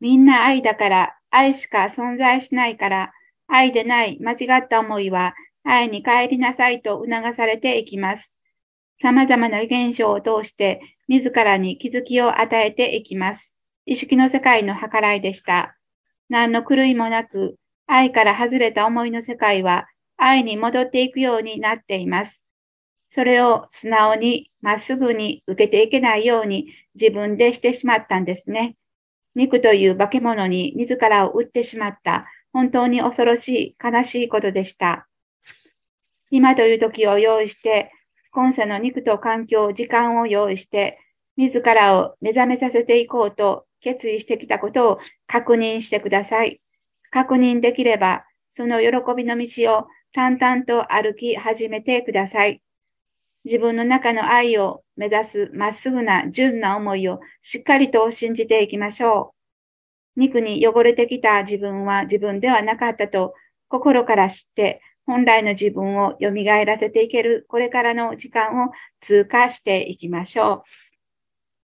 みんな愛だから、愛しか存在しないから、愛でない間違った思いは愛に帰りなさいと促されていきます。様々な現象を通して自らに気づきを与えていきます。意識の世界の計らいでした。何の狂いもなく、愛から外れた思いの世界は愛に戻っていくようになっています。それを素直にまっすぐに受けていけないように自分でしてしまったんですね。肉という化け物に自らを売ってしまった本当に恐ろしい悲しいことでした。今という時を用意して、今世の肉と環境、時間を用意して、自らを目覚めさせていこうと決意してきたことを確認してください。確認できれば、その喜びの道を淡々と歩き始めてください。自分の中の愛を目指すまっすぐな純な思いをしっかりと信じていきましょう。肉に汚れてきた自分は自分ではなかったと心から知って、本来の自分を蘇らせていけるこれからの時間を通過していきましょう。